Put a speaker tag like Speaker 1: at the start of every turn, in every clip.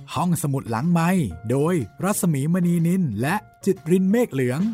Speaker 1: ห้องสมุดหลังไมค์โดยรัศมีมณีนินและจิตรินเมฆเหลือง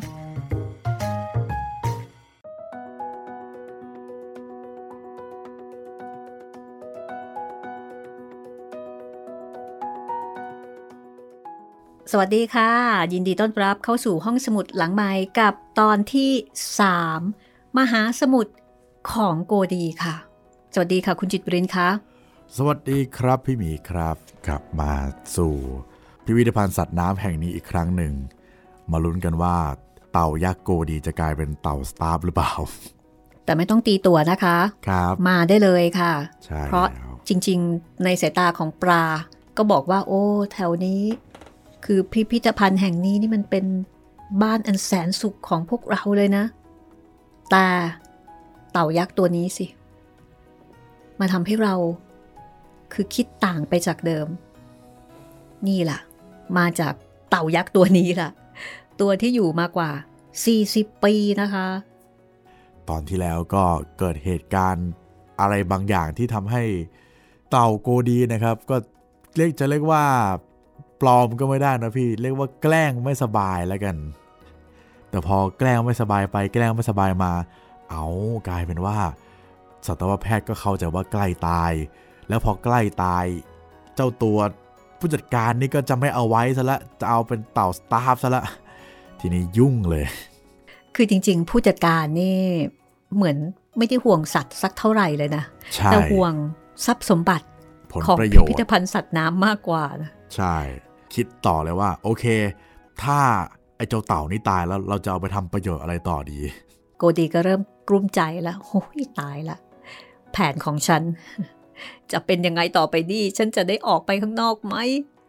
Speaker 2: สวัสดีค่ะยินดีต้อนรับเข้าสู่ห้องสมุดหลังไมค์กับตอนที่3มหาสมุทรของโกดีค่ะสวัสดีค่ะคุณจิตรินคะ
Speaker 3: สวัสดีครับพี่หมีครับกลับมาสู่พิพิธภัณฑ์สัตว์น้ำแห่งนี้อีกครั้งหนึ่งมาลุ้นกันว่าเต่ายักษ์โกดีจะกลายเป็นเต่าสตาร์ฟหรือเปล่า
Speaker 2: แต่ไม่ต้องตีตัวนะคะ
Speaker 3: ครับ
Speaker 2: มาได้เลยค่ะ
Speaker 3: ใช่
Speaker 2: เพราะจริงๆในสายตาของปลาก็บอกว่าโอ้แถวนี้คือพิพิธภัณฑ์แห่งนี้นี่มันเป็นบ้านอันแสนสุขของพวกเราเลยนะแต่เต่ายักษ์ตัวนี้สิมาทำให้เราคือคิดต่างไปจากเดิมนี่ล่ะมาจากเต่ายักษ์ตัวนี้ล่ะตัวที่อยู่มากว่า40ปีนะคะ
Speaker 3: ตอนที่แล้วก็เกิดเหตุการณ์อะไรบางอย่างที่ทำให้เต่าโกดีนะครับก็เรียกว่าปลอมก็ไม่ได้นะพี่เรียกว่าแกล้งไม่สบายแล้วกันแต่พอแกล้งไม่สบายไปแกล้งไม่สบายมากลายเป็นว่าสัตวแพทย์ก็เข้าใจว่าใกล้ตายแล้วพอใกล้ตายเจ้าตัวผู้จัดการนี่ก็จะไม่เอาไว้ซะละจะเอาเป็นเต่าสตาฟซะละทีนี้ยุ่งเลย
Speaker 2: คือจริงๆผู้จัดการนี่เหมือนไม่ได้ห่วงสัตว์สักเท่าไหร่เลยนะแต่ห่วงทรัพย์สมบัติของพิพิธภัณฑ์สัตว์น้ำมากกว่านะ
Speaker 3: ใช่คิดต่อเลยว่าโอเคถ้าไอ้เจ้าเต่านี่ตายแล้วเราจะเอาไปทำประโยชน์อะไรต่อดี
Speaker 2: โกดีก็เริ่มกลุ้มใจแล้วโอ้ยตายละแผนของฉันจะเป็นยังไงต่อไปดีฉันจะได้ออกไปข้างนอกไหม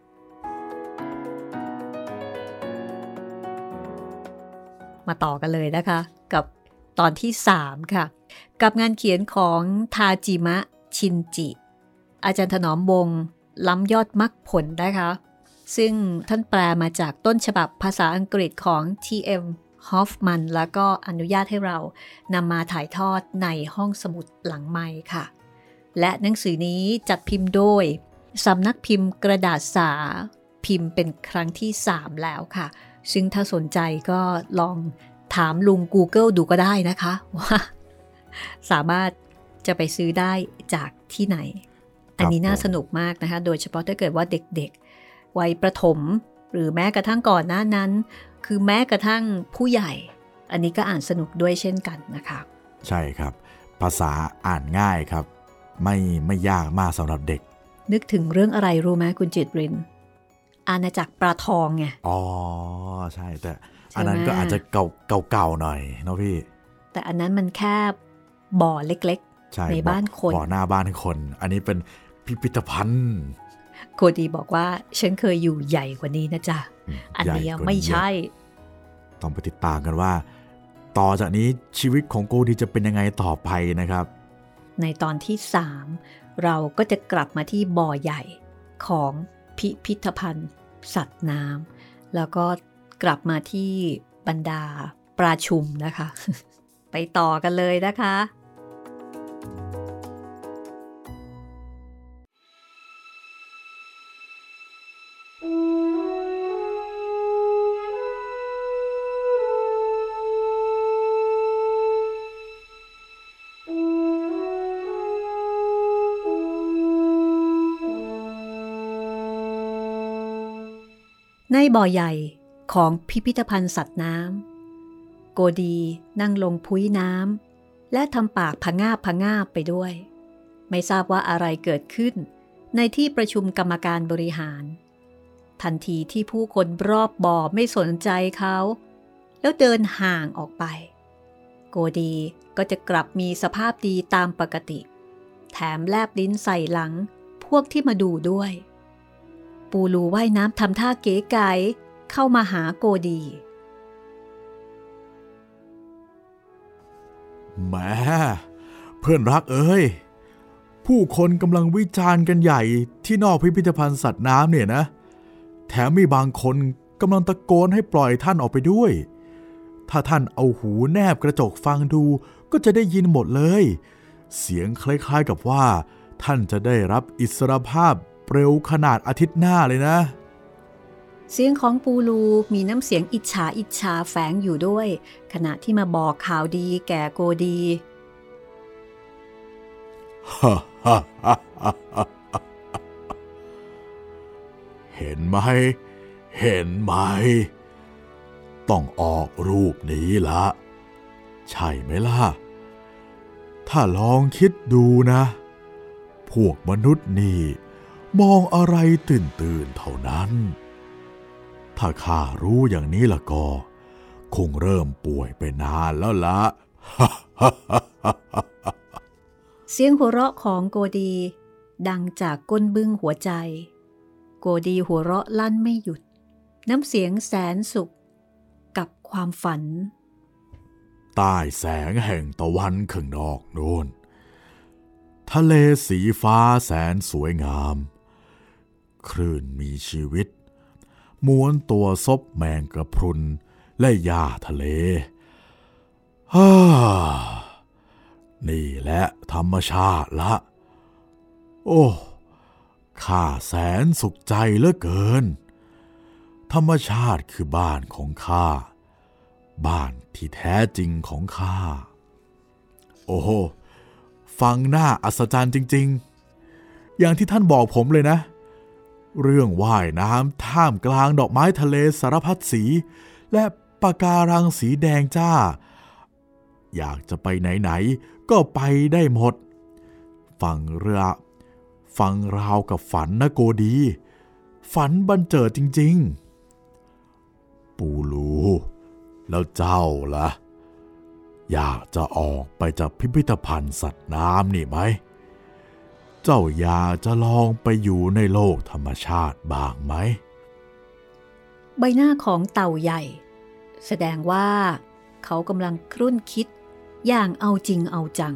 Speaker 2: มาต่อกันเลยนะคะกับตอนที่3ค่ะกับงานเขียนของทาจิมะชินจิอาจารย์ถนอมวงศ์ล้ำยอดมรรคผลนะคะซึ่งท่านแปลมาจากต้นฉบับภาษาอังกฤษของ T.M. Hoffman แล้วก็อนุญาตให้เรานำมาถ่ายทอดในห้องสมุดหลังไมค์ค่ะและหนังสือนี้จัดพิมพ์โดยสำนักพิมพ์กระดาษสาพิมพ์เป็นครั้งที่3แล้วค่ะซึ่งถ้าสนใจก็ลองถามลุง Google ดูก็ได้นะคะว่าสามารถจะไปซื้อได้จากที่ไหนอันนี้น่าสนุกมากนะคะโดยเฉพาะถ้าเกิดว่าเด็กๆวัยประถมหรือแม้กระทั่งก่อนหน้านั้นคือแม้กระทั่งผู้ใหญ่อันนี้ก็อ่านสนุกด้วยเช่นกันนะคะ
Speaker 3: ใช่ครับภาษาอ่านง่ายครับไม่ยากมากสำหรับเด็ก
Speaker 2: นึกถึงเรื่องอะไรรู้ไหมคุณจิตรินอาณาจักรปลาทองไง
Speaker 3: อ๋อใช่แต่อันนั้นก็อาจจะเก่าหน่อยเนาะพี่
Speaker 2: แต่อันนั้นมันแค่บ่อเล็กๆในบ้านคน
Speaker 3: บ่อหน้าบ้านคนอันนี้เป็นพิพิธภัณฑ์
Speaker 2: โคดีบอกว่าฉันเคยอยู่ใหญ่กว่านี้นะจ๊ะอันนี้ไม่ใช่
Speaker 3: ต้องไปติดตามกันว่าต่อจากนี้ชีวิตของโกดีจะเป็นยังไงต่อไปนะครับ
Speaker 2: ในตอนที่3เราก็จะกลับมาที่บ่อใหญ่ของพิพิธภัณฑ์สัตว์น้ำแล้วก็กลับมาที่บรรดาปลาชุมนะคะไปต่อกันเลยนะคะในบ่อใหญ่ของพิพิธภัณฑ์สัตว์น้ำโกดีนั่งลงพุ้ยน้ำและทำปากผงาบไปด้วยไม่ทราบว่าอะไรเกิดขึ้นในที่ประชุมกรรมการบริหารทันทีที่ผู้คนรอบบ่อไม่สนใจเขาแล้วเดินห่างออกไปโกดีก็จะกลับมีสภาพดีตามปกติแถมแลบลิ้นใส่หลังพวกที่มาดูด้วยปูรูว่ายน้ำทำท่าเก๋ไก๋เข้ามาหาโกดี
Speaker 3: แหมเพื่อนรักเอ้ยผู้คนกำลังวิจารณ์กันใหญ่ที่นอกพิพิธภัณฑ์สัตว์น้ำเนี่ยนะแถมมีบางคนกำลังตะโกนให้ปล่อยท่านออกไปด้วยถ้าท่านเอาหูแนบกระจกฟังดูก็จะได้ยินหมดเลยเสียงคล้ายๆกับว่าท่านจะได้รับอิสรภาพเร็วขนาดอาทิตย์หน้าเลยนะ
Speaker 2: เสียงของปูลูมีน้ำเสียงอิจฉาแฝงอยู่ด้วยขณะที่มาบอกข่าวดีแก่โกดี
Speaker 3: เห็นไหมต้องออกรูปนี้ละใช่ไหมล่ะถ้าลองคิดดูนะพวกมนุษย์นี่มองอะไรตื่นเท่านั้นถ้าข้ารู้อย่างนี้ละก็คงเริ่มป่วยไปนานแล้วละ
Speaker 2: เสียงหัวเราะของโกดีดังจากก้นบึ้งหัวใจโกดีหัวเราะลั่นไม่หยุดน้ำเสียงแสนสุขกับความฝัน
Speaker 3: ใต้แสงแห่งตะวันข้างนอกโน่นทะเลสีฟ้าแสนสวยงามคลื่นมีชีวิตม้วนตัวซบแมงกระพรุนและหญ้าทะเลนี่แหละธรรมชาติละโอ้ข้าแสนสุขใจเหลือเกินธรรมชาติคือบ้านของข้าบ้านที่แท้จริงของข้าโอ้โหฟังน่าอัศจรรย์จริงๆอย่างที่ท่านบอกผมเลยนะเรื่องว่ายน้ำท่ามกลางดอกไม้ทะเลสารพัดสีและปะการังสีแดงจ้าอยากจะไปไหนๆก็ไปได้หมดฟังราวกับฝันนะโกดีฝันบันเจิดจริงๆปูลูแล้วเจ้าล่ะอยากจะออกไปจากพิพิธภัณฑ์สัตว์น้ำนี่ไหมเจ้าอยากจะลองไปอยู่ในโลกธรรมชาติบ้างไหม
Speaker 2: ใบหน้าของเต่าใหญ่แสดงว่าเขากำลังครุ่นคิดอย่างเอาจริงเอาจัง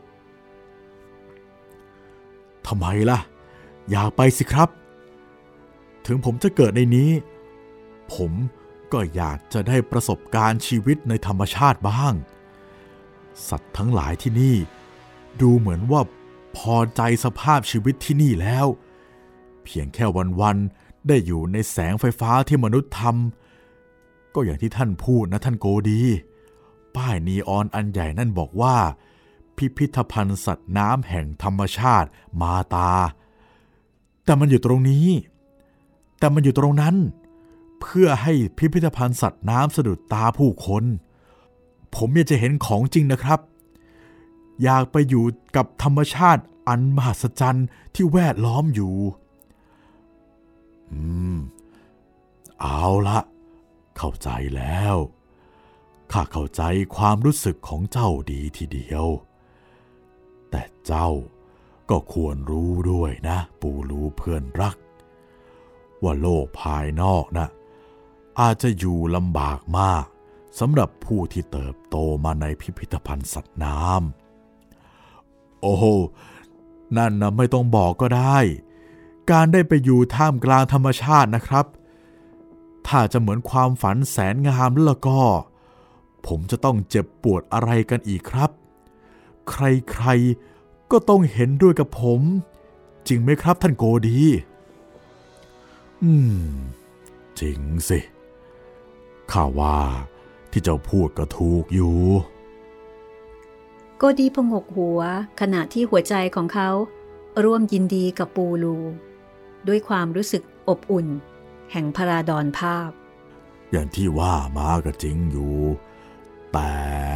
Speaker 3: ทำไมล่ะอยากไปสิครับถึงผมจะเกิดในนี้ผมก็อยากจะได้ประสบการณ์ชีวิตในธรรมชาติบ้างสัตว์ทั้งหลายที่นี่ดูเหมือนว่าพอใจสภาพชีวิตที่นี่แล้วเพียงแค่วันๆได้อยู่ในแสงไฟฟ้าที่มนุษย์ทำก็อย่างที่ท่านพูดนะท่านโกดีป้ายนีออนอันใหญ่นั่นบอกว่าพิพิธภัณฑ์สัตว์น้ำแห่งธรรมชาติมาตาแต่มันอยู่ตรงนี้แต่มันอยู่ตรงนั้นเพื่อให้พิพิธภัณฑ์สัตว์น้ำสะดุดตาผู้คนผมอยากจะเห็นของจริงนะครับอยากไปอยู่กับธรรมชาติอันมหัศจรรย์ที่แวดล้อมอยู่เอาละเข้าใจแล้วข้าเข้าใจความรู้สึกของเจ้าดีทีเดียวแต่เจ้าก็ควรรู้ด้วยนะปูลูเพื่อนรักว่าโลกภายนอกนะอาจจะอยู่ลำบากมากสำหรับผู้ที่เติบโตมาในพิพิธภัณฑ์สัตว์น้ำโอ้โหนั่นนะไม่ต้องบอกก็ได้การได้ไปอยู่ท่ามกลางธรรมชาตินะครับถ้าจะเหมือนความฝันแสนงามแล้วก็ผมจะต้องเจ็บปวดอะไรกันอีกครับใครๆก็ต้องเห็นด้วยกับผมจริงไหมครับท่านโกดีจริงสิข้าว่าที่เจ้าพูดก็ถูกอยู่
Speaker 2: โกดีพงกหัวขณะที่หัวใจของเขาร่วมยินดีกับปูลูด้วยความรู้สึกอบอุ่นแห่งพราดอนภาพ
Speaker 3: อย่างที่ว่ามาก็จริงอยู่แต่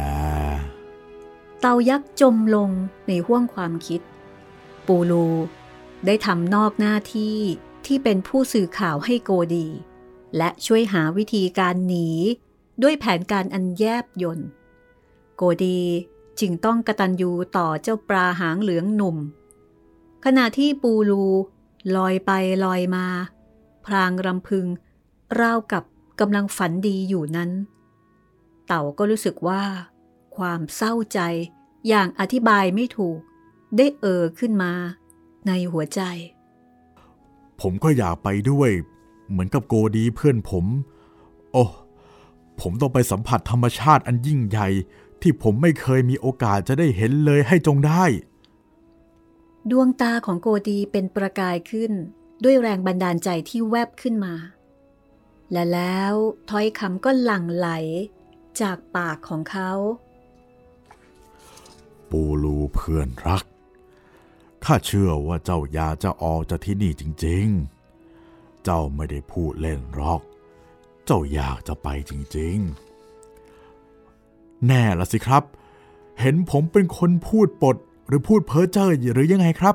Speaker 2: เต่ายักษ์จมลงในห้วงความคิดปูลูได้ทำนอกหน้าที่เป็นผู้สื่อข่าวให้โกดีและช่วยหาวิธีการหนีด้วยแผนการอันแยบยลโกดีจึงต้องกตัญญูต่อเจ้าปลาหางเหลืองหนุ่มขณะที่ปูลูลอยไปลอยมาพลางรำพึงราวกับกำลังฝันดีอยู่นั้นเต่าก็รู้สึกว่าความเศร้าใจอย่างอธิบายไม่ถูกได้ขึ้นมาในหัวใจ
Speaker 3: ผมก็อยากไปด้วยเหมือนกับโกดีเพื่อนผมโอ้ผมต้องไปสัมผัสธรรมชาติอันยิ่งใหญ่ที่ผมไม่เคยมีโอกาสจะได้เห็นเลยให้จงได้
Speaker 2: ดวงตาของโกดีเป็นประกายขึ้นด้วยแรงบันดาลใจที่แวบขึ้นมาและแล้วถ้อยคำก็หลั่งไหลจากปากของเขา
Speaker 3: ปูลูเพื่อนรักข้าเชื่อว่าเจ้าอยากจะออกจากที่นี่จริงๆเจ้าไม่ได้พูดเล่นหรอกเจ้าอยากจะไปจริงๆแน่ละสิครับเห็นผมเป็นคนพูดปดหรือพูดเพ้อเจ้อหรือยังไงครับ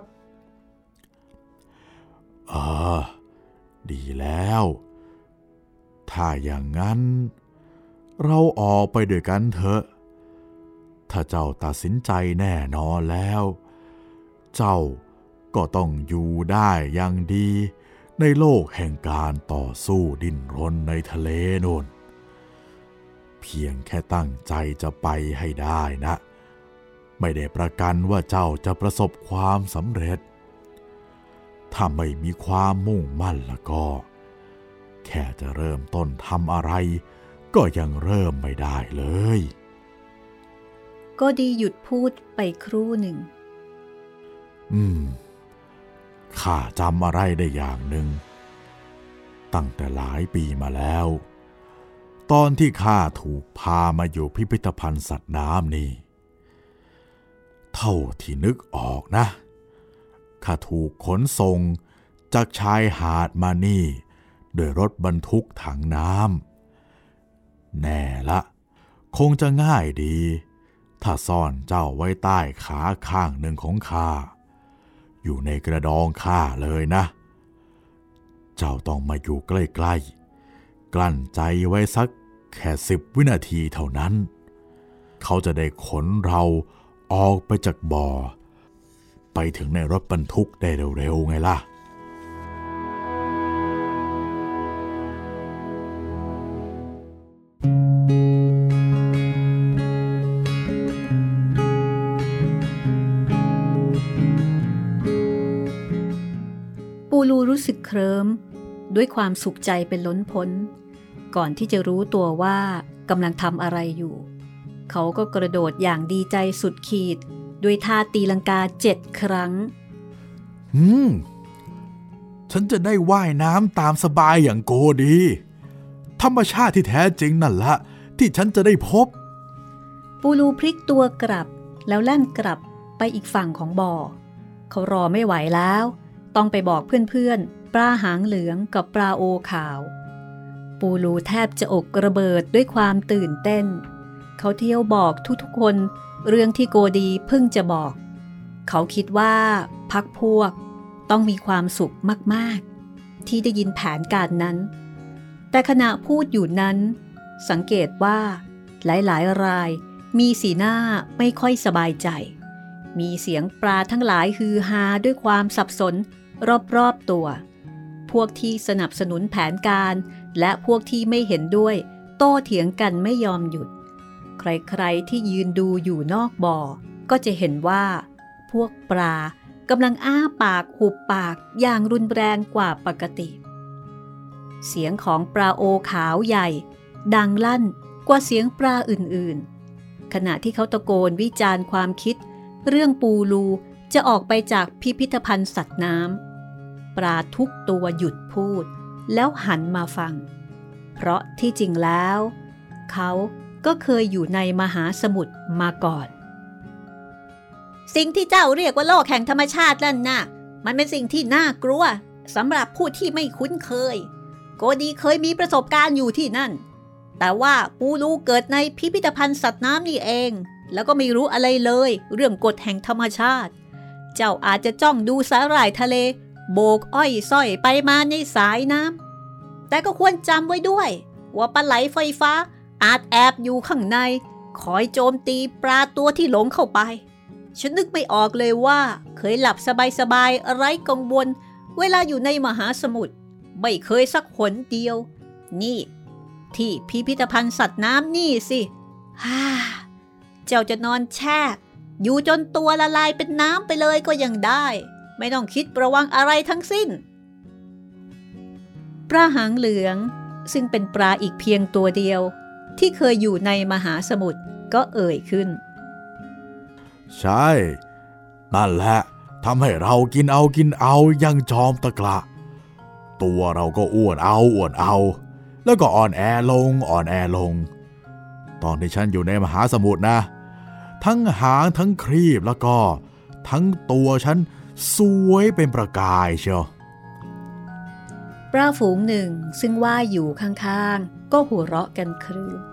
Speaker 3: ดีแล้วถ้าอย่างนั้นเราออกไปด้วยกันเถอะถ้าเจ้าตัดสินใจแน่นอนแล้วเจ้าก็ต้องอยู่ได้อย่างดีในโลกแห่งการต่อสู้ดิ้นรนในทะเลโน่นเพียงแค่ตั้งใจจะไปให้ได้นะไม่ได้ประกันว่าเจ้าจะประสบความสำเร็จถ้าไม่มีความมุ่งมั่นแล้วก็แค่จะเริ่มต้นทำอะไรก็ยังเริ่มไม่ได้เลย
Speaker 2: ก็ดีหยุดพูดไปครู่หนึ่ง
Speaker 3: ข้าจำอะไรได้อย่างหนึ่งตั้งแต่หลายปีมาแล้วตอนที่ข้าถูกพามาอยู่พิพิธภัณฑ์สัตว์น้ำนี่เท่าที่นึกออกนะข้าถูกขนส่งจากชายหาดมานี่โดยรถบรรทุกถังน้ำแน่ละคงจะง่ายดีถ้าซ่อนเจ้าไว้ใต้ขาข้างหนึ่งของข้าอยู่ในกระดองข้าเลยนะเจ้าต้องมาอยู่ใกล้ๆกลั้นใจไว้สักแค่10 วินาทีเท่านั้นเขาจะได้ขนเราออกไปจากบ่อไปถึงในรถบรรทุกได้เร็วๆไงล่ะ
Speaker 2: ปูลูรู้สึกเคลิ้มด้วยความสุขใจเป็นล้นพ้นก่อนที่จะรู้ตัวว่ากำลังทำอะไรอยู่เขาก็กระโดดอย่างดีใจสุดขีดด้วยท่าตีลังกา7 ครั้ง
Speaker 3: ฉันจะได้ว่ายน้ำตามสบายอย่างโกดีธรรมชาติที่แท้จริงนั่นละที่ฉันจะได้พบ
Speaker 2: ปูลูพลิกตัวกลับแล้วแล่นกลับไปอีกฝั่งของบ่อเขารอไม่ไหวแล้วต้องไปบอกเพื่อนๆปลาหางเหลืองกับปลาโอขาวปูลูแทบจะอกระเบิดด้วยความตื่นเต้นเขาเที่ยวบอกทุกๆคนเรื่องที่โกดีเพิ่งจะบอกเขาคิดว่าพรรคพวกต้องมีความสุขมากๆที่ได้ยินแผนการนั้นแต่ขณะพูดอยู่นั้นสังเกตว่าหลายๆรายมีสีหน้าไม่ค่อยสบายใจมีเสียงปลาทั้งหลายฮือฮาด้วยความสับสนรอบๆตัวพวกที่สนับสนุนแผนการและพวกที่ไม่เห็นด้วยโต้เถียงกันไม่ยอมหยุดใครๆที่ยืนดูอยู่นอกบ่อก็จะเห็นว่าพวกปลากำลังอ้าปากหุบปากอย่างรุนแรงกว่าปกติเสียงของปลาโอขาวใหญ่ดังลั่นกว่าเสียงปลาอื่นๆขณะที่เขาตะโกนวิจารณ์ความคิดเรื่องปูลูจะออกไปจากพิพิธภัณฑ์สัตว์น้ำปลาทุกตัวหยุดพูดแล้วหันมาฟังเพราะที่จริงแล้วเขาก็เคยอยู่ในมหาสมุทรมาก่อนสิ่งที่เจ้าเรียกว่าโลกแห่งธรรมชาตินั่นน่ะมันเป็นสิ่งที่น่ากลัวสำหรับผู้ที่ไม่คุ้นเคยโกดีเคยมีประสบการณ์อยู่ที่นั่นแต่ว่าปูลูเกิดในพิพิธภัณฑ์สัตว์น้ำนี่เองแล้วก็ไม่รู้อะไรเลยเรื่องกฎแห่งธรรมชาติเจ้าอาจจะจ้องดูสาหร่ายทะเลโบกอ้อยส้อยไปมาในสายน้ำแต่ก็ควรจำไว้ด้วยว่าปลาไหลไฟฟ้าอาจแอบอยู่ข้างในคอยโจมตีปลาตัวที่หลงเข้าไปฉันนึกไม่ออกเลยว่าเคยหลับสบายๆไร้กังวลเวลาอยู่ในมหาสมุทรไม่เคยสักหนเดียวนี่ที่พิพิธภัณฑ์สัตว์น้ำนี่สิเจ้าจะนอนแช่อยู่จนตัวละลายเป็นน้ำไปเลยก็ยังได้ไม่ต้องคิดระวังอะไรทั้งสิ้นปลาหางเหลืองซึ่งเป็นปลาอีกเพียงตัวเดียวที่เคยอยู่ในมหาสมุทรก็เอ่ยขึ้น
Speaker 3: ใช่นั่นแหละทำให้เรากินเอายังจอมตะกละตัวเราก็อ้วนเอาแล้วก็อ่อนแอลงตอนที่ฉันอยู่ในมหาสมุทรนะทั้งหางทั้งครีบแล้วก็ทั้งตัวฉันสวยเป็นประกายเชียว
Speaker 2: ปลาฝูงหนึ่งซึ่งว่ายอยู่ข้างๆก็หัวเราะกันครื้น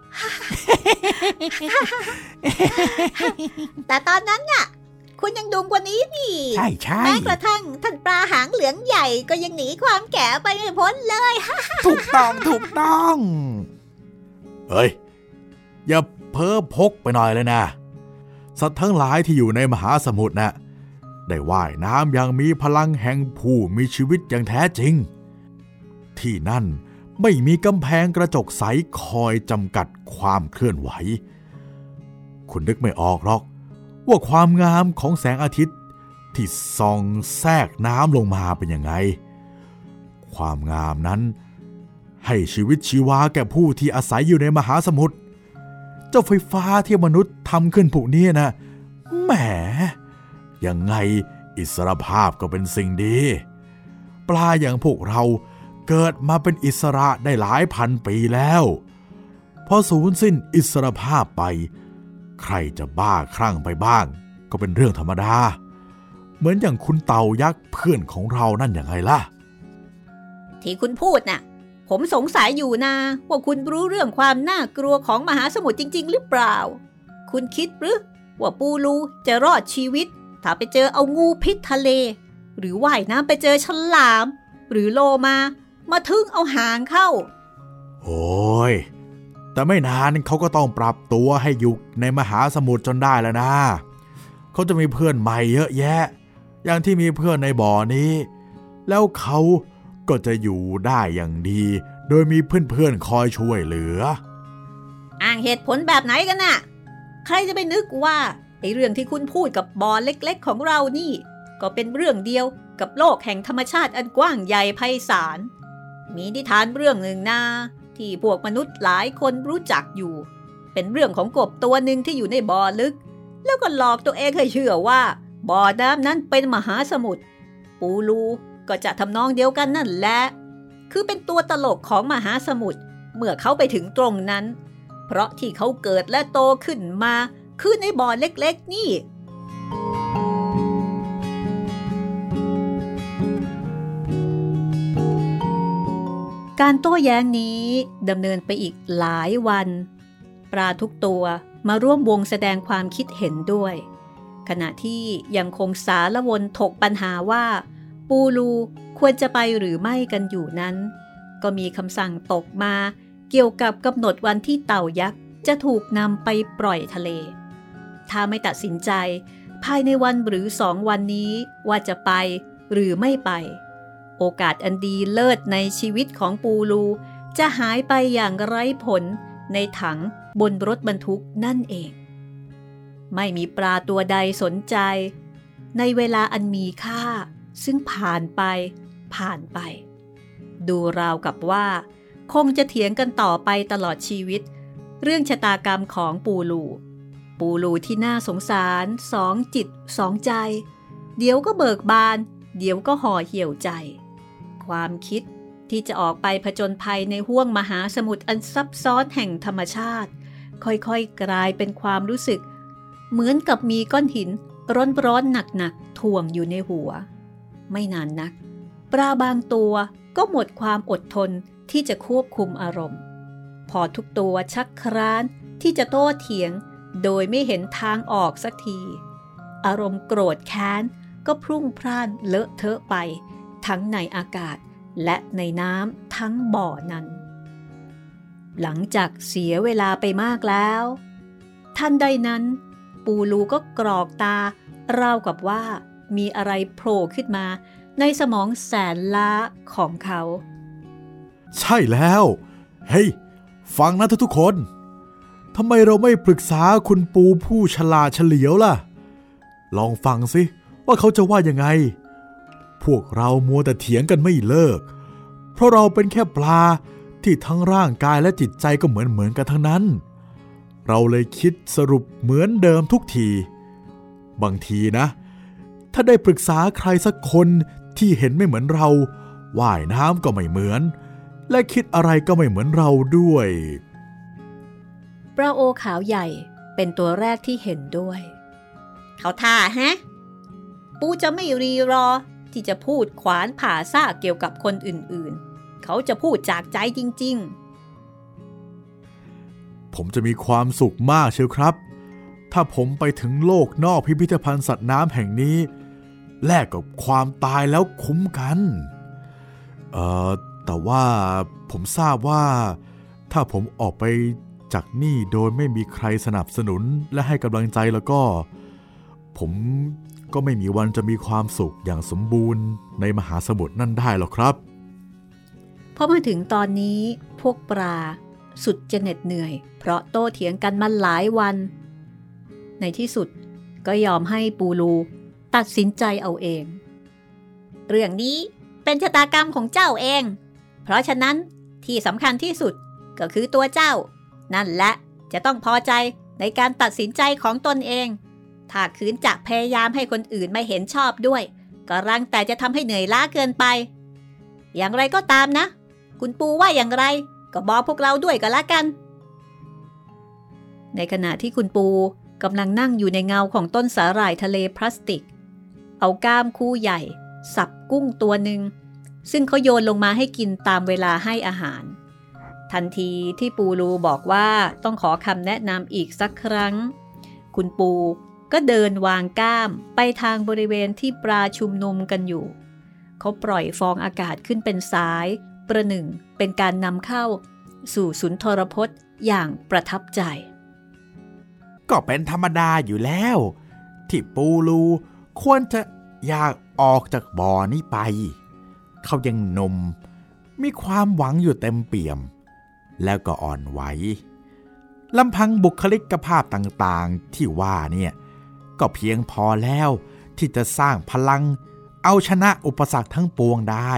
Speaker 4: แต่ตอนนั้นน่ะคุณยังดุมกว่านี้นี่
Speaker 3: ใช่
Speaker 4: แม้กระทั่งท่านปลาหางเหลืองใหญ่ก็ยังหนีความแก่ไปไม่พ้นเลย
Speaker 3: ถูกต้องเฮ้ยอย่าเพ้อพกไปหน่อยเลยนะสัตว์ทั้งหลายที่อยู่ในมหาสมุทรน่ะได้ว่ายน้ำอย่างมีพลังแห่งผู้มีชีวิตอย่างแท้จริงที่นั่นไม่มีกำแพงกระจกใสคอยจำกัดความเคลื่อนไหวคุณนึกไม่ออกหรอกว่าความงามของแสงอาทิตย์ที่ส่องแทรกน้ำลงมาเป็นยังไงความงามนั้นให้ชีวิตชีวาแก่ผู้ที่อาศัยอยู่ในมหาสมุทรเจ้าไฟฟ้าที่มนุษย์ทำขึ้นพวกนี้นะแหมยังไงอิสรภาพก็เป็นสิ่งดีปลาอย่างพวกเราเกิดมาเป็นอิสระได้หลายพันปีแล้วพอสูญสิ้นอิสรภาพไปใครจะบ้าคลั่งไปบ้างก็เป็นเรื่องธรรมดาเหมือนอย่างคุณเต่ายักษ์เพื่อนของเรานั่นอย่างไรล่ะ
Speaker 4: ที่คุณพูดน่ะผมสงสัยอยู่นะว่าคุณรู้เรื่องความน่ากลัวของมหาสมุทรจริงๆหรือเปล่าคุณคิดหรือว่าปูรูจะรอดชีวิตถ้าไปเจอเอางูพิษทะเลหรือว่ายน้ำไปเจอฉลามหรือโลมาทึ่งเอาหางเข้า
Speaker 3: โอ้ยแต่ไม่นานเขาก็ต้องปรับตัวให้อยู่ในมหาสมุทรจนได้แล้วนะเขาจะมีเพื่อนใหม่เยอะแยะอย่างที่มีเพื่อนในบ่อนี้แล้วเขาก็จะอยู่ได้อย่างดีโดยมีเพื่อนๆคอยช่วยเหลือ
Speaker 4: อ้างเหตุผลแบบไหนกันน่ะใครจะไปนึกว่าไอ้เรื่องที่คุณพูดกับบ่อเล็กๆของเรานี่ก็เป็นเรื่องเดียวกับโลกแห่งธรรมชาติอันกว้างใหญ่ไพศาลมีนิทานเรื่องหนึ่งนะที่พวกมนุษย์หลายคนรู้จักอยู่เป็นเรื่องของกบตัวหนึ่งที่อยู่ในบ่อลึกแล้วก็หลอกตัวเองให้เชื่อว่าบ่อน้ำนั้นเป็นมหาสมุทรปูรูก็จะทำนองเดียวกันนั่นแหละคือเป็นตัวตลกของมหาสมุทรเมื่อเขาไปถึงตรงนั้นเพราะที่เขาเกิดและโตขึ้นมาคือในบ่อเล็กๆนี่
Speaker 2: การโต้แย้งนี้ดำเนินไปอีกหลายวันปลาทุกตัวมาร่วมวงแสดงความคิดเห็นด้วยขณะที่ยังคงสารวนถกปัญหาว่าปูรูควรจะไปหรือไม่กันอยู่นั้นก็มีคำสั่งตกมาเกี่ยวกับกำหนดวันที่เต่ายักษ์จะถูกนำไปปล่อยทะเลถ้าไม่ตัดสินใจภายในวันหรือ2 วันนี้ว่าจะไปหรือไม่ไปโอกาสอันดีเลิศในชีวิตของปูรูจะหายไปอย่างไร้ผลในถังบนรถบรรทุกนั่นเองไม่มีปลาตัวใดสนใจในเวลาอันมีค่าซึ่งผ่านไปดูราวกับว่าคงจะเถียงกันต่อไปตลอดชีวิตเรื่องชะตากรรมของปูรูที่น่าสงสาร2 จิต 2 ใจเดี๋ยวก็เบิกบานเดี๋ยวก็ห่อเหี่ยวใจความคิดที่จะออกไปผจญภัยในห้วงมหาสมุทรอันซับซ้อนแห่งธรรมชาติค่อยๆกลายเป็นความรู้สึกเหมือนกับมีก้อนหินร้อนๆหนักๆถ่วงอยู่ในหัวไม่นานนักปลาบางตัวก็หมดความอดทนที่จะควบคุมอารมณ์พอทุกตัวชักคร้านที่จะโต้เถียงโดยไม่เห็นทางออกสักทีอารมณ์โกรธแค้นก็พรุ่งพล่านเลอะเทอะไปทั้งในอากาศและในน้ำทั้งบ่อนั้นหลังจากเสียเวลาไปมากแล้วทันใดนั้นปูรูก็กรอกตาราวกับว่ามีอะไรโผล่ขึ้นมาในสมองแสนล้าของเขา
Speaker 3: ใช่แล้วเฮ้ยฟังนะทุกคนทำไมเราไม่ปรึกษาคุณปูผู้ฉลาดเฉลียวล่ะลองฟังสิว่าเขาจะว่ายังไงพวกเรามัวแต่เถียงกันไม่เลิกเพราะเราเป็นแค่ปลาที่ทั้งร่างกายและจิตใจก็เหมือนกันทั้งนั้นเราเลยคิดสรุปเหมือนเดิมทุกทีบางทีนะถ้าได้ปรึกษาใครสักคนที่เห็นไม่เหมือนเราว่ายน้ำก็ไม่เหมือนและคิดอะไรก็ไม่เหมือนเราด้วย
Speaker 2: ปลาโอขาวใหญ่เป็นตัวแรกที่เห็นด้วย
Speaker 4: เขาท่าฮะปูจะไม่รีรอที่จะพูดขวานผ่าซากเกี่ยวกับคนอื่นๆเขาจะพูดจากใจจริง
Speaker 3: ๆผมจะมีความสุขมากเชียวครับถ้าผมไปถึงโลกนอกพิพิธภัณฑ์สัตว์น้ำแห่งนี้แลกกับความตายแล้วคุ้มกันแต่ว่าผมทราบว่าถ้าผมออกไปจากนี่โดยไม่มีใครสนับสนุนและให้กำลังใจแล้วก็ผมก็ไม่มีวันจะมีความสุขอย่างสมบูรณ์ในมหาสมุทรนั่นได้หรอกครับ
Speaker 2: พอมาถึงตอนนี้พวกปลาสุดจะเหน็ดเหนื่อยเพราะโต้เถียงกันมาหลายวันในที่สุดก็ยอมให้ปูลูตัดสินใจเอาเอง
Speaker 4: เรื่องนี้เป็นชะตากรรมของเจ้าเองเพราะฉะนั้นที่สำคัญที่สุดก็คือตัวเจ้านั่นแหละจะต้องพอใจในการตัดสินใจของตนเองถ้าขืนจะพยายามให้คนอื่นไม่เห็นชอบด้วยก็รังแต่จะทำให้เหนื่อยล้าเกินไปอย่างไรก็ตามนะคุณปูว่าอย่างไรก็บอกพวกเราด้วยก็แล้วกัน
Speaker 2: ในขณะที่คุณปูกำลังนั่งอยู่ในเงาของต้นสาหร่ายทะเลพลาสติกเอาก้ามคู่ใหญ่สับกุ้งตัวหนึ่งซึ่งเขาโยนลงมาให้กินตามเวลาให้อาหารทันทีที่ปูรูบอกว่าต้องขอคำแนะนำอีกสักครั้งคุณปูก็เดินวางก้ามไปทางบริเวณที่ปลาชุมนุมกันอยู่เขาปล่อยฟองอากาศขึ้นเป็นสายประหนึ่งเป็นการนำเข้าสู่สุนทรพจน์อย่างประทับใจ
Speaker 3: ก็เป็นธรรมดาอยู่แล้วที่ปูรูควรจะอยากออกจากบ่อนี้ไปเขายังหนุ่มมีความหวังอยู่เต็มเปี่ยมแล้วก็อ่อนไหวลำพังบุคลิกภาพต่างๆที่ว่าเนี่ยก็เพียงพอแล้วที่จะสร้างพลังเอาชนะอุปสรรคทั้งปวงได้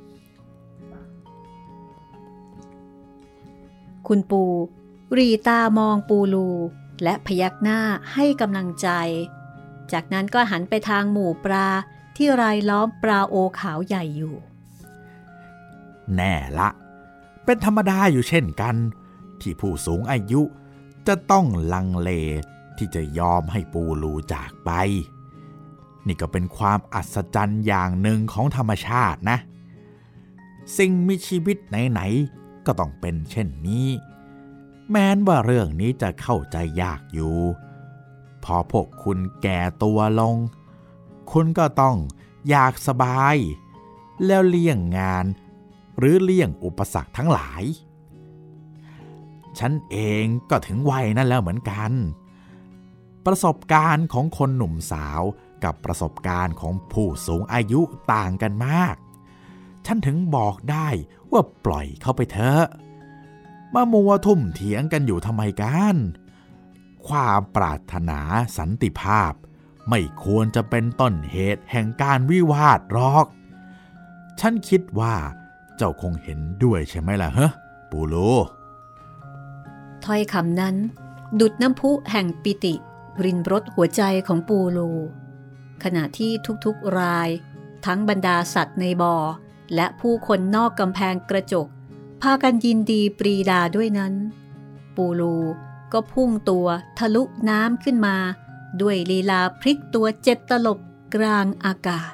Speaker 2: คุณปูรีตามองปูลูและพยักหน้าให้กำลังใจจากนั้นก็หันไปทางหมู่ปลาที่รายล้อมปลาโอขาวใหญ่อยู่
Speaker 3: แน่ละเป็นธรรมดาอยู่เช่นกันที่ผู้สูงอายุจะต้องลังเลที่จะยอมให้ปูลูจากไปนี่ก็เป็นความอัศจรรย์อย่างหนึ่งของธรรมชาตินะสิ่งมีชีวิตไหนๆก็ต้องเป็นเช่นนี้แม้นว่าเรื่องนี้จะเข้าใจยากอยู่พอพวกคุณแก่ตัวลงคุณก็ต้องอยากสบายแล้วเลี่ยงงานหรือเลี่ยงอุปสรรคทั้งหลายฉันเองก็ถึงวัยนั้นแล้วเหมือนกันประสบการณ์ของคนหนุ่มสาวกับประสบการณ์ของผู้สูงอายุต่างกันมากฉันถึงบอกได้ว่าปล่อยเขาไปเถอะมามัวทุ่มเถียงกันอยู่ทำไมกันความปรารถนาสันติภาพไม่ควรจะเป็นต้นเหตุแห่งการวิวาทหรอกฉันคิดว่าเจ้าคงเห็นด้วยใช่ไหมล่ะฮะปูโล
Speaker 2: ถ้อยคำนั้นดุจน้ำพุแห่งปิติรินรสหัวใจของปูโลขณะที่ทุกๆรายทั้งบรรดาสัตว์ในบ่อและผู้คนนอกกำแพงกระจกพากันยินดีปรีดาด้วยนั้นปูโลก็พุ่งตัวทะลุน้ำขึ้นมาด้วยลีลาพลิกตัว7 ตลบกลางอากาศ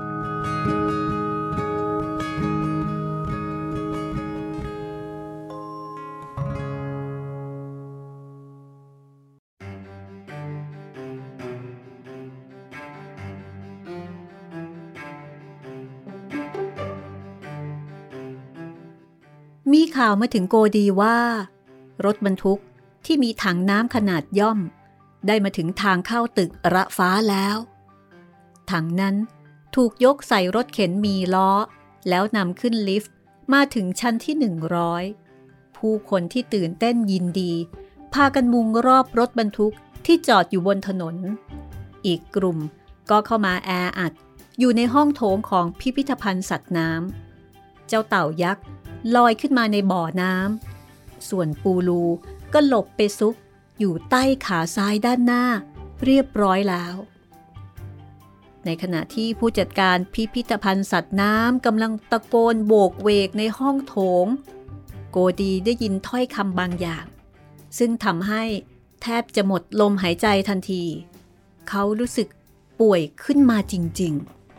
Speaker 2: มีข่าวมาถึงโกดีว่ารถบรรทุกที่มีถังน้ำขนาดย่อมได้มาถึงทางเข้าตึกระฟ้าแล้วถังนั้นถูกยกใส่รถเข็นมีล้อแล้วนำขึ้นลิฟต์มาถึงชั้นที่100ผู้คนที่ตื่นเต้นยินดีพากันมุงรอบรถบรรทุกที่จอดอยู่บนถนนอีกกลุ่มก็เข้ามาแออัดอยู่ในห้องโถงของพิพิธภัณฑ์สัตว์น้ำเจ้าเต่ายักษ์ลอยขึ้นมาในบ่อน้ำส่วนปูลูก็หลบไปซุกอยู่ใต้ขาซ้ายด้านหน้าเรียบร้อยแล้วในในขณะที่ผู้จัดการพิพิธภัณฑ์สัตว์น้ำกำลังตะโกนโบกเวกในห้องโถงโกดีได้ยินถ้อยคำบางอย่างซึ่งทำให้แทบจะหมดลมหายใจทันทีเขารู้สึกป่วยขึ้นมาจริง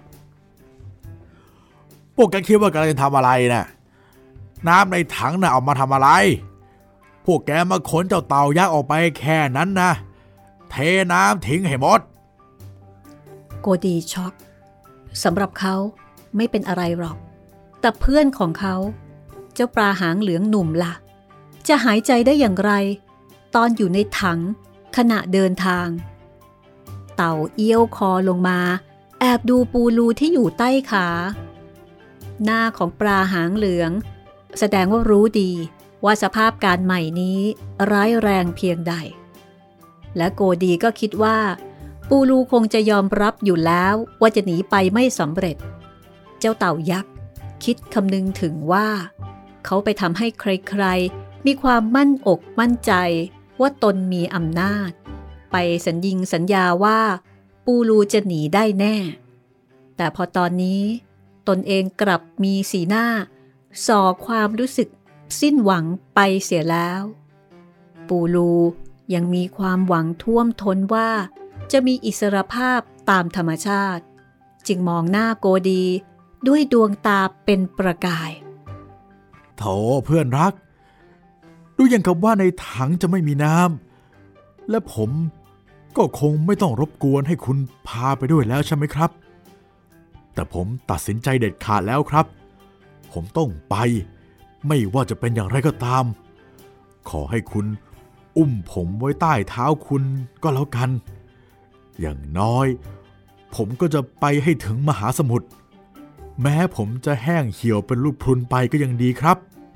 Speaker 3: ๆพวกแกคิดว่ากำลังจะทำอะไรน่ะน้ำในถังน่ะเอามาทำอะไรพวกแกมาขนเจ้าเต่ายักษ์ออกไปแค่นั้นนะเทน้ำทิ้งให้หมด
Speaker 2: โกดีช็อกสำหรับเขาไม่เป็นอะไรหรอกแต่เพื่อนของเขาเจ้าปลาหางเหลืองหนุ่มล่ะจะหายใจได้อย่างไรตอนอยู่ในถังขณะเดินทางเต่าเอี้ยวคอลงมาแอบดูปูรูที่อยู่ใต้ขาหน้าของปลาหางเหลืองแสดงว่ารู้ดีว่าสภาพการใหม่นี้ร้ายแรงเพียงใดและโกดีก็คิดว่าปูรูคงจะยอมรับอยู่แล้วว่าจะหนีไปไม่สำเร็จเจ้าเต่ายักษ์คิดคำนึงถึงว่าเขาไปทำให้ใครๆมีความมั่นอกมั่นใจว่าตนมีอำนาจไปสัญญาว่าปูรูจะหนีได้แน่แต่พอตอนนี้ตนเองกลับมีสีหน้าส่อความรู้สึกสิ้นหวังไปเสียแล้วปูรูยังมีความหวังท่วมท้นว่าจะมีอิสรภาพตามธรรมชาติจึงมองหน้าโกดีด้วยดวงตาเป็นประกาย
Speaker 3: โถเพื่อนรักดูอย่างกับว่าในถังจะไม่มีน้ำและผมก็คงไม่ต้องรบกวนให้คุณพาไปด้วยแล้วใช่ไหมครับแต่ผมตัดสินใจเด็ดขาดแล้วครับผมต้องไปไม่ว่าจะเป็นอย่างไรก็ตามขอให้คุณอุ้มผมไว้ใต้เท้าคุณก็แล้วกันอย่างน้อยผมก็จะไปให้ถึงมหาสมุทรแม้ผมจะแห้งเหี่ยวเป็นลูกพรุนไปก็ยังดีครับ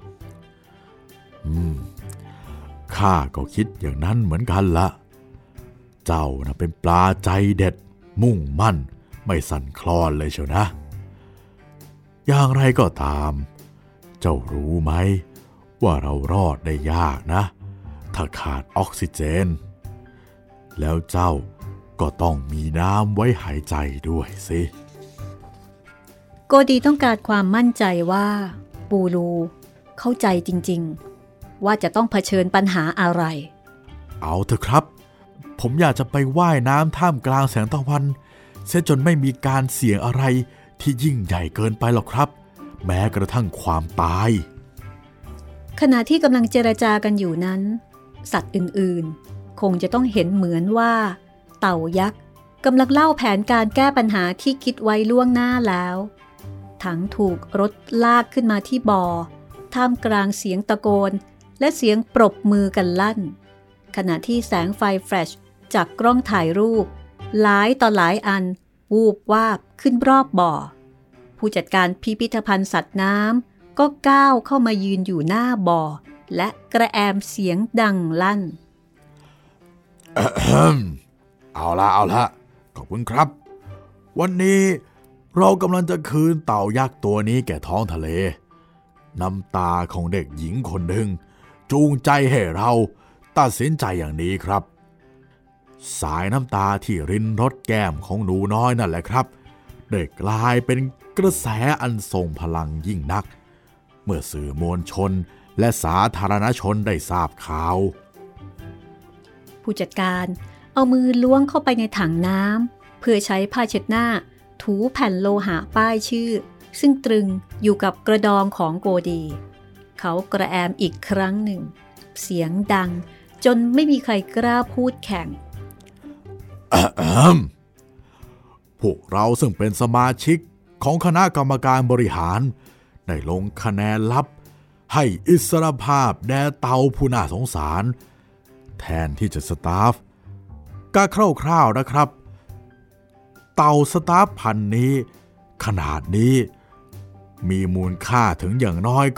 Speaker 3: ข้าก็คิดอย่างนั้นเหมือนกันละเจ้าน่ะเป็นปลาใจเด็ดมุ่งมั่นไม่สั่นคลอนเลยเชียวนะอย่างไรก็ตามเจ้ารู้ไหมว่าเรารอดได้ยากนะถ้าขาดออกซิเจนแล้วเจ้าก็ต้องมีน้ำไว้หายใจด้วยสิ
Speaker 2: โกดีต้องการความมั่นใจว่าปูรูเข้าใจจริงๆว่าจะต้องเผชิญปัญหาอะไร
Speaker 3: เอาเถอะครับผมอยากจะไปว่ายน้ำท่ามกลางแสงตะวันเสียจนไม่มีการเสี่ยงอะไรที่ยิ่งใหญ่เกินไปหรอกครับแม้กระทั่งความตาย
Speaker 2: ขณะที่กำลังเจรจากันอยู่นั้นสัตว์อื่นๆคงจะต้องเห็นเหมือนว่าเต่ายักษ์กำลังเล่าแผนการแก้ปัญหาที่คิดไว้ล่วงหน้าแล้วถังถูกรถลากขึ้นมาที่บ่อท่ามกลางเสียงตะโกนและเสียงปรบมือกันลั่นขณะที่แสงไฟแฟลชจากกล้องถ่ายรูปหลายต่อหลายอันวูบวาบขึ้นรอบบ่อผู้จัดการพิพิธภัณฑ์สัตว์น้ำก็ก้าวเข้ามายืนอยู่หน้าบ่อและกระแอมเสียงดังลั่น
Speaker 3: เอาละขอบคุณครับวันนี้เรากำลังจะคืนเต่ายักษ์ตัวนี้แก่ท้องทะเลน้ำตาของเด็กหญิงคนหนึ่งจูงใจให้เราตัดสินใจอย่างนี้ครับสายน้ำตาที่รินรดแก้มของหนูน้อยนั่นแหละครับได้กลายเป็นกระแสอันทรงพลังยิ่งนักเมื่อสื่อมวลชนและสาธารณชนได้ทราบข่าว
Speaker 2: ผู้จัดการเอามือล้วงเข้าไปในถังน้ำเพื่อใช้ผ้าเช็ดหน้าถูแผ่นโลหะป้ายชื่อซึ่งตรึงอยู่กับกระดองของโกดีเขากระแอมอีกครั้งหนึ่งเสียงดังจนไม่มีใครกล้าพูดแข่ง
Speaker 3: พวกเราซึ่งเป็นสมาชิกของคณะกรรมการบริหารได้ลงคะแนนลับให้อิสรภาพแด่เต่าผู้น่าสงสารแทนที่จะสตาฟก็คร่าวๆนะครับเต่าสตาฟพันธุ์นี้ขนาดนี้มีมูลค่าถึงอย่างน้อยก็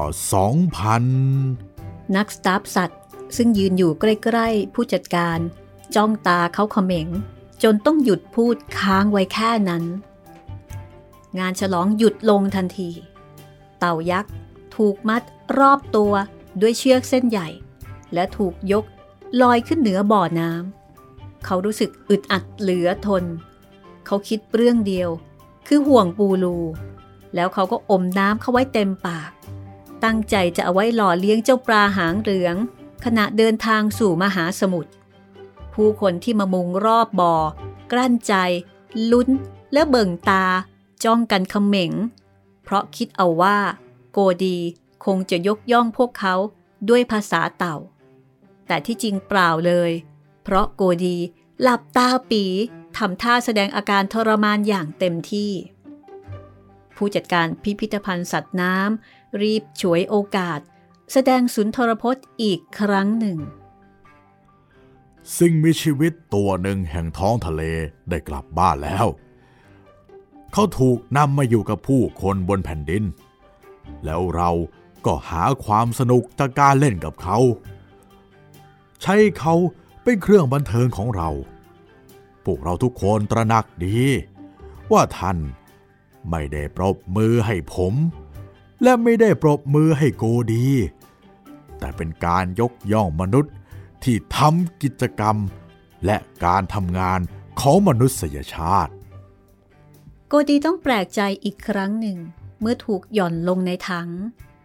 Speaker 3: 2,000
Speaker 2: นักสตาฟสัตว์ซึ่งยืนอยู่ใกล้ๆผู้จัดการจ้องตาเขาเขม็งจนต้องหยุดพูดค้างไว้แค่นั้นงานฉลองหยุดลงทันทีเต่ายักษ์ถูกมัดรอบตัวด้วยเชือกเส้นใหญ่และถูกยกลอยขึ้นเหนือบ่อน้ำเขารู้สึกอึดอัดเหลือทนเขาคิดเรื่องเดียวคือห่วงปูลูแล้วเขาก็อมน้ำเข้าไว้เต็มปากตั้งใจจะเอาไว้หล่อเลี้ยงเจ้าปลาหางเหลืองขณะเดินทางสู่มหาสมุทรผู้คนที่มามุงรอบบ่อกลั้นใจลุ้นและเบิ่งตาจ้องกันเขม็งเพราะคิดเอาว่าโกดีคงจะยกย่องพวกเขาด้วยภาษาเต่าแต่ที่จริงเปล่าเลยเพราะโกดีหลับตาปีทำท่าแสดงอาการทรมานอย่างเต็มที่ผู้จัดการพิพิธภัณฑ์สัตว์น้ำรีบฉวยโอกาสแสดงสุนทรพจน์อีกครั้งหนึ่ง
Speaker 3: สิ่งมีชีวิตตัวหนึ่งแห่งท้องทะเลได้กลับบ้านแล้วเขาถูกนำมาอยู่กับผู้คนบนแผ่นดินแล้วเราก็หาความสนุกจากการเล่นกับเขาใช้เขาเป็นเครื่องบันเทิงของเราพวกเราทุกคนตระหนักดีว่าท่านไม่ได้ปรบมือให้ผมและไม่ได้ปรบมือให้โกดีแต่เป็นการยกย่องมนุษย์ที่ทำกิจกรรมและการทำงานของมนุษยชาติ
Speaker 2: โกดีต้องแปลกใจอีกครั้งหนึ่งเมื่อถูกหย่อนลงในถัง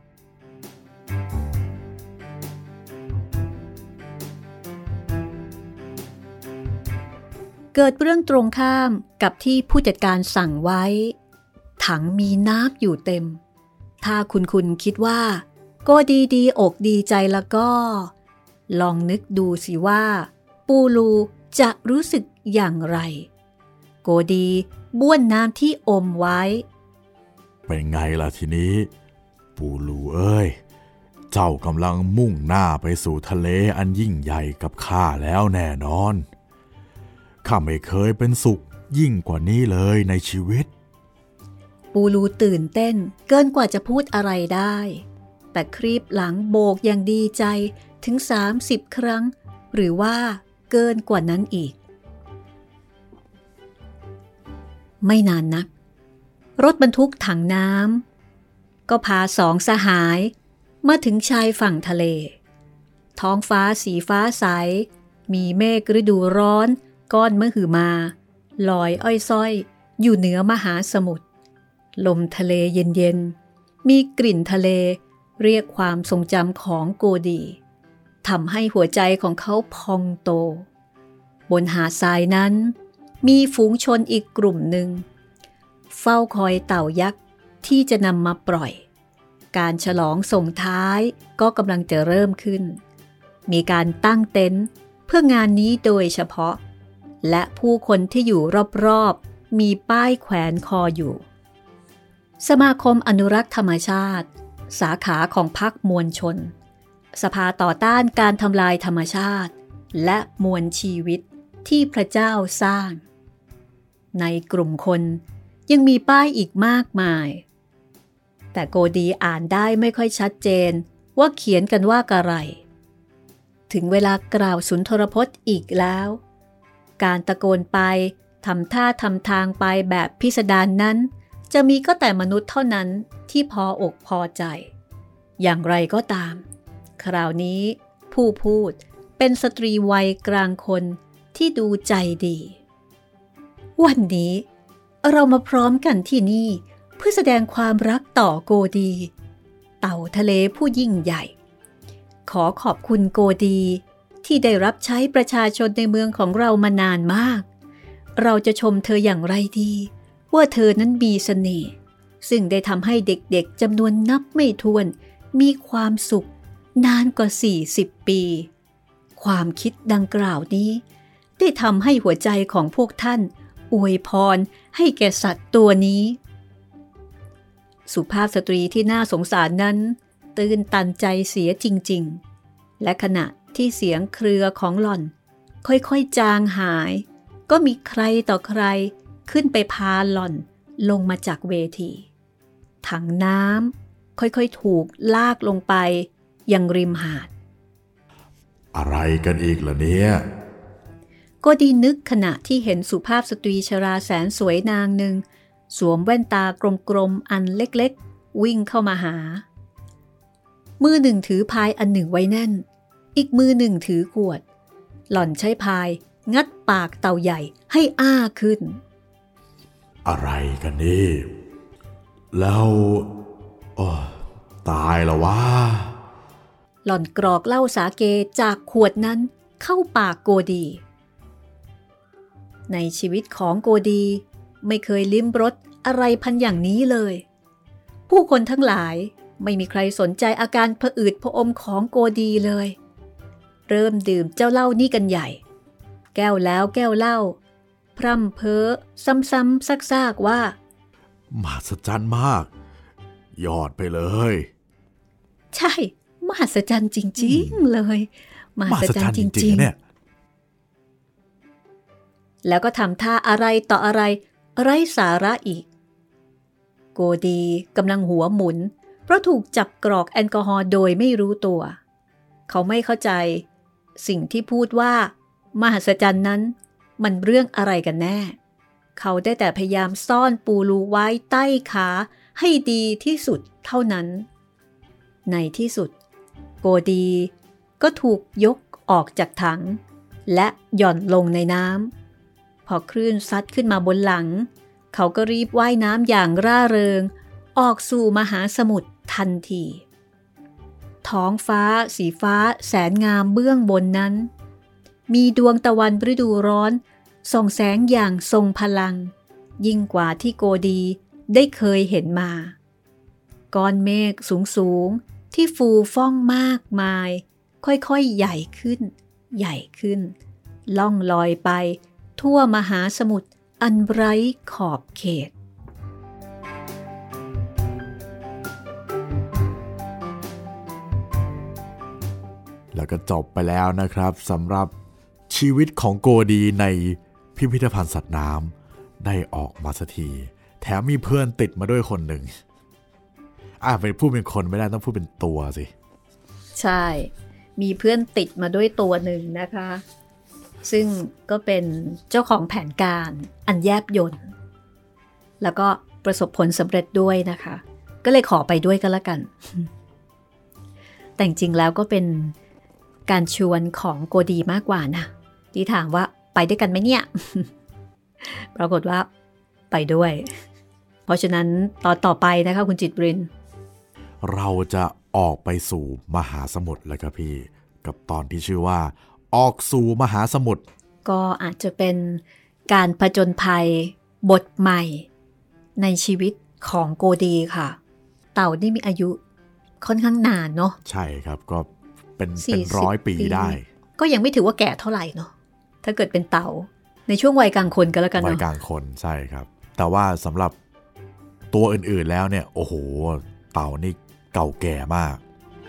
Speaker 2: เกิดเรื่องตรงข้ามกับที่ผู้จัดการสั่งไว้ถังมีน้ำอยู่เต็มถ้าคุณคิดว่าโกดีดีอกดีใจแล้วก็ลองนึกดูสิว่าปูลูจะรู้สึกอย่างไรโกดีบ้วนน้ำที่อมไว้
Speaker 3: เป็นไงล่ะทีนี้ปูลูเอ้ยเจ้ากำลังมุ่งหน้าไปสู่ทะเลอันยิ่งใหญ่กับข้าแล้วแน่นอนข้าไม่เคยเป็นสุขยิ่งกว่านี้เลยในชีวิต
Speaker 2: ปูลูตื่นเต้นเกินกว่าจะพูดอะไรได้แต่ครีบหลังโบกอย่างดีใจถึง30 ครั้งหรือว่าเกินกว่านั้นอีกไม่นานนักรถบรรทุกถังน้ำก็พาสองสหายมาถึงชายฝั่งทะเลท้องฟ้าสีฟ้าใสมีเมฆฤดูร้อนก้อนมหึมาลอยอ้อยส้อยอยู่เหนือมหาสมุทรลมทะเลเย็นๆมีกลิ่นทะเลเรียกความทรงจำของโกดีทำให้หัวใจของเขาพองโตบนหาดทรายนั้นมีฝูงชนอีกกลุ่มหนึ่งเฝ้าคอยเต่ายักษ์ที่จะนำมาปล่อยการฉลองส่งท้ายก็กำลังจะเริ่มขึ้นมีการตั้งเต็นท์เพื่องานนี้โดยเฉพาะและผู้คนที่อยู่รอบๆมีป้ายแขวนคออยู่สมาคมอนุรักษ์ธรรมชาติสาขาของพรรคมวลชนสภาต่อต้านการทำลายธรรมชาติและมวลชีวิตที่พระเจ้าสร้างในกลุ่มคนยังมีป้ายอีกมากมายแต่โกดีอ่านได้ไม่ค่อยชัดเจนว่าเขียนกันว่าอะไรถึงเวลากล่าวสุนทรพจน์อีกแล้วการตะโกนไปทำท่าทำทางไปแบบพิสดารนั้นจะมีก็แต่มนุษย์เท่านั้นที่พออกพอใจอย่างไรก็ตามคราวนี้ผู้พูดเป็นสตรีวัยกลางคนที่ดูใจดีวันนี้เรามาพร้อมกันที่นี่เพื่อแสดงความรักต่อโกดีเต่าทะเลผู้ยิ่งใหญ่ขอขอบคุณโกดีที่ได้รับใช้ประชาชนในเมืองของเรามานานมากเราจะชมเธออย่างไรดีว่าเธอนั้นมีเสน่ห์ซึ่งได้ทำให้เด็กๆจำนวนนับไม่ถ้วนมีความสุขนานกว่า40 ปีความคิดดังกล่าวนี้ได้ทำให้หัวใจของพวกท่านอวยพรให้แก่สัตว์ตัวนี้สุภาพสตรีที่น่าสงสารนั้นตื่นตันใจเสียจริงๆและขณะที่เสียงเครือของหล่อนค่อยๆจางหายก็มีใครต่อใครขึ้นไปพาหล่อนลงมาจากเวทีถังน้ำค่อยๆถูกลากลงไปยังริมหาด
Speaker 3: อะไรกันอีกล่ะเนี่ย
Speaker 2: ก็ดีนึกขณะที่เห็นสุภาพสตรีชราแสนสวยนางหนึ่งสวมแว่นตากลมๆอันเล็กๆวิ่งเข้ามาหามือหนึ่งถือพายอันหนึ่งไว้แน่นอีกมือหนึ่งถือขวดหล่อนใช้พายงัดปากเต่าใหญ่ให้อ้าขึ้น
Speaker 3: อะไรกันนี่แล้วตายแล้ววะ
Speaker 2: หล่อนกรอกเหล้าสาเกจากขวดนั้นเข้าปากโกดีในชีวิตของโกดีไม่เคยลิ้มรสอะไรพันอย่างนี้เลยผู้คนทั้งหลายไม่มีใครสนใจอาการผะอืดผะอมของโกดีเลยเริ่มดื่มเจ้าเหล้านี่กันใหญ่แก้วแล้วแก้วเหล้าพร่ำเพ้อซ้ำๆซากๆว่าม
Speaker 3: หัศจรรย์มากยอดไปเลย
Speaker 2: ใช่มหัศจรรย์จริงๆเลยมหัศจรรย์จริงๆเนี่ยแล้วก็ทำท่าอะไรต่ออะไรไร้สาระอีกโกดีกำลังหัวหมุนเพราะถูกจับกรอกแอลกอฮอล์โดยไม่รู้ตัวเขาไม่เข้าใจสิ่งที่พูดว่ามหัศจรรย์นั้นมันเรื่องอะไรกันแน่เขาได้แต่พยายามซ่อนปูรูไว้ใต้ขาให้ดีที่สุดเท่านั้นในที่สุดโกดีก็ถูกยกออกจากถังและหย่อนลงในน้ำพอคลื่นซัดขึ้นมาบนหลังเขาก็รีบว่ายน้ำอย่างร่าเริงออกสู่มหาสมุทรทันทีท้องฟ้าสีฟ้าแสนงามเบื้องบนนั้นมีดวงตะวันฤดูร้อนส่องแสงอย่างทรงพลังยิ่งกว่าที่โกดีได้เคยเห็นมาก้อนเมฆสูงๆที่ฟูฟ่องมากมายค่อยๆใหญ่ขึ้นใหญ่ขึ้นล่องลอยไปทั่วมหาสมุทรอันไร้ขอบเขต
Speaker 3: แล้วก็จบไปแล้วนะครับสำหรับชีวิตของโกดีในพิพิธภัณฑ์สัตว์น้ำได้ออกมาสักทีแถมมีเพื่อนติดมาด้วยคนหนึ่งไปพูดเป็นคนไม่ได้ต้องพูดเป็นตัวสิ
Speaker 2: ใช่มีเพื่อนติดมาด้วยตัวหนึ่งนะคะซึ่งก็เป็นเจ้าของแผนการอันแยบยลแล้วก็ประสบผลสำเร็จด้วยนะคะก็เลยขอไปด้วยกันละกันแต่จริงแล้วก็เป็นการชวนของโกดีมากกว่านะที่ถามว่าไปด้วยกันไหมเนี่ย ปรากฏว่าไปด้วยเพราะฉะนั้นตอนต่อไปนะคะคุณจิตริน
Speaker 3: เราจะออกไปสู่มหาสมุทรแล้วครับพี่กับตอนที่ชื่อว่าออกสู่มหาสมุทร
Speaker 2: ก็อาจจะเป็นการผจญภัยบทใหม่ในชีวิตของโกดีค่ะเต่านี่มีอายุค่อนข้างนานเนาะ
Speaker 3: ใช่ครับก็เป็น100 ปีได้
Speaker 2: ก็ยังไม่ถือว่าแก่เท่าไหร่เนาะถ้าเกิดเป็นเต่าในช่วงวัยกลางคนก็แล้วกันเนาะ
Speaker 3: วัยกลางคนใช่ครับแต่ว่าสำหรับตัวอื่นๆแล้วเนี่ยโอ้โหเต่านี่เก่าแก่มาก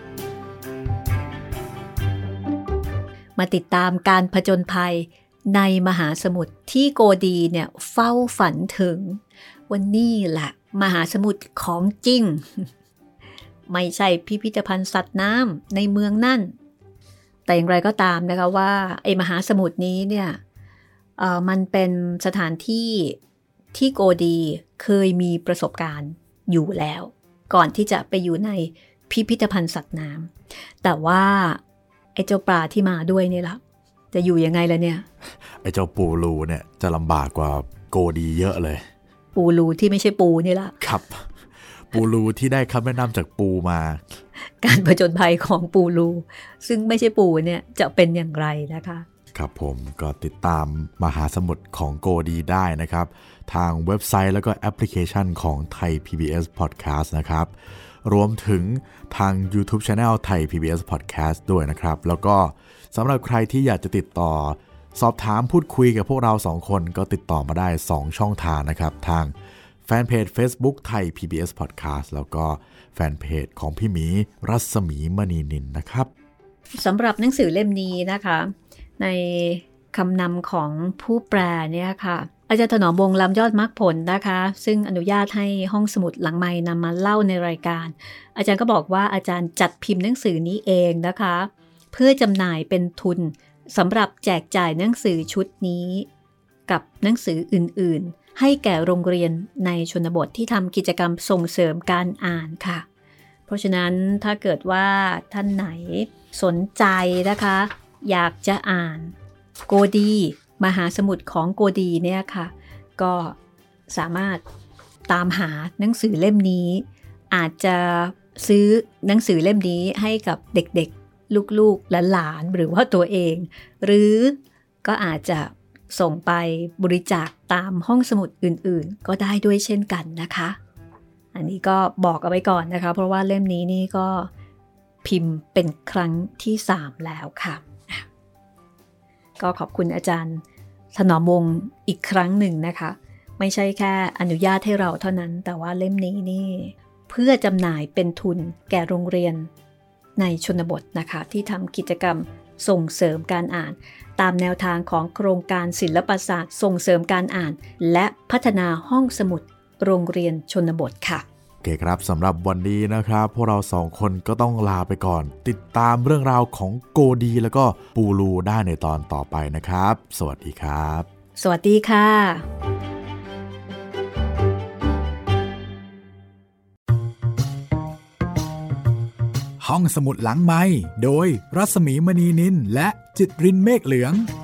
Speaker 2: มาติดตามการผจญภัยในมหาสมุทรที่โกดีเนี่ยเฝ้าฝันถึงวันนี้แหละมหาสมุทรของจริงไม่ใช่พิพิธภัณฑ์สัตว์น้ำในเมืองนั่นแต่อย่างไรก็ตามนะคะว่าไอ้มหาสมุทรนี้เนี่ยมันเป็นสถานที่ที่โกดีเคยมีประสบการณ์อยู่แล้วก่อนที่จะไปอยู่ในพิพิธภัณฑ์สัตว์น้ำแต่ว่าไอ้เจ้าปลาที่มาด้วยนี่ล่ะจะอยู่ยังไงล่ะเนี่ย
Speaker 3: ไอ้เจ้าปูรูเนี่ยจะลำบากกว่าโกดีเยอะเลย
Speaker 2: ปูรูที่ไม่ใช่ปูนี่ล่ะ
Speaker 3: ครับปูรูที่ได้คำแนะนำจากปูมา
Speaker 2: การผจญภัยของปูรูซึ่งไม่ใช่ปูเนี่ยจะเป็นอย่างไรนะคะ
Speaker 3: ครับผมก็ติดตามมหาสมุทรของโกดีได้นะครับทางเว็บไซต์แล้วก็แอปพลิเคชันของไทย PBS Podcast นะครับรวมถึงทาง YouTube Channel ไทย PBS Podcast ด้วยนะครับแล้วก็สำหรับใครที่อยากจะติดต่อสอบถามพูดคุยกับพวกเรา2คนก็ติดต่อมาได้2ช่องทางนะครับทางแฟนเพจ Facebook ไทย PBS Podcast แล้วก็แฟนเพจของพี่หมีรัศมีมณีนินนะครับ
Speaker 2: สำหรับหนังสือเล่มนี้นะคะในคำนำของผู้แปลเนี่ยค่ะอาจารย์ถนอมวงศ์ลำยอดมรรคผลนะคะซึ่งอนุญาตให้ห้องสมุดหลังไมค์นำมาเล่าในรายการอาจารย์ก็บอกว่าอาจารย์จัดพิมพ์หนังสือนี้เองนะคะเพื่อจำหน่ายเป็นทุนสำหรับแจกจ่ายหนังสือชุดนี้กับหนังสืออื่นๆให้แก่โรงเรียนในชนบทที่ทำกิจกรรมส่งเสริมการอ่านค่ะเพราะฉะนั้นถ้าเกิดว่าท่านไหนสนใจนะคะอยากจะอ่านโกดีมหาสมุทรของโกดีเนี่ยค่ะก็สามารถตามหาหนังสือเล่มนี้อาจจะซื้อหนังสือเล่มนี้ให้กับเด็กๆลูกๆและหลานหรือว่าตัวเองหรือก็อาจจะส่งไปบริจาคตามห้องสมุดอื่นๆก็ได้ด้วยเช่นกันนะคะอันนี้ก็บอกเอาไว้ก่อนนะคะเพราะว่าเล่มนี้นี่ก็พิมพ์เป็นครั้งที่3แล้วค่ะก็ขอบคุณอาจารย์ถนอมวงศ์อีกครั้งหนึ่งนะคะไม่ใช่แค่อนุญาตให้เราเท่านั้นแต่ว่าเล่มนี้นี่เพื่อจำหน่ายเป็นทุนแก่โรงเรียนในชนบทนะคะที่ทำกิจกรรมส่งเสริมการอ่านตามแนวทางของโครงการศิลปศาสตร์ส่งเสริมการอ่านและพัฒนาห้องสมุดโรงเรียนชนบทค่ะ
Speaker 3: โอเคครับสำหรับวันนี้นะครับพวกเรา2คนก็ต้องลาไปก่อนติดตามเรื่องราวของโกดีแล้วก็ปูรูได้ในตอนต่อไปนะครับสวัสดีครับ
Speaker 2: สวัสดีค่ะ
Speaker 1: ห้องสมุดหลังไมค์โดยรัศมีมณีนินและจิตรินเมฆเหลือง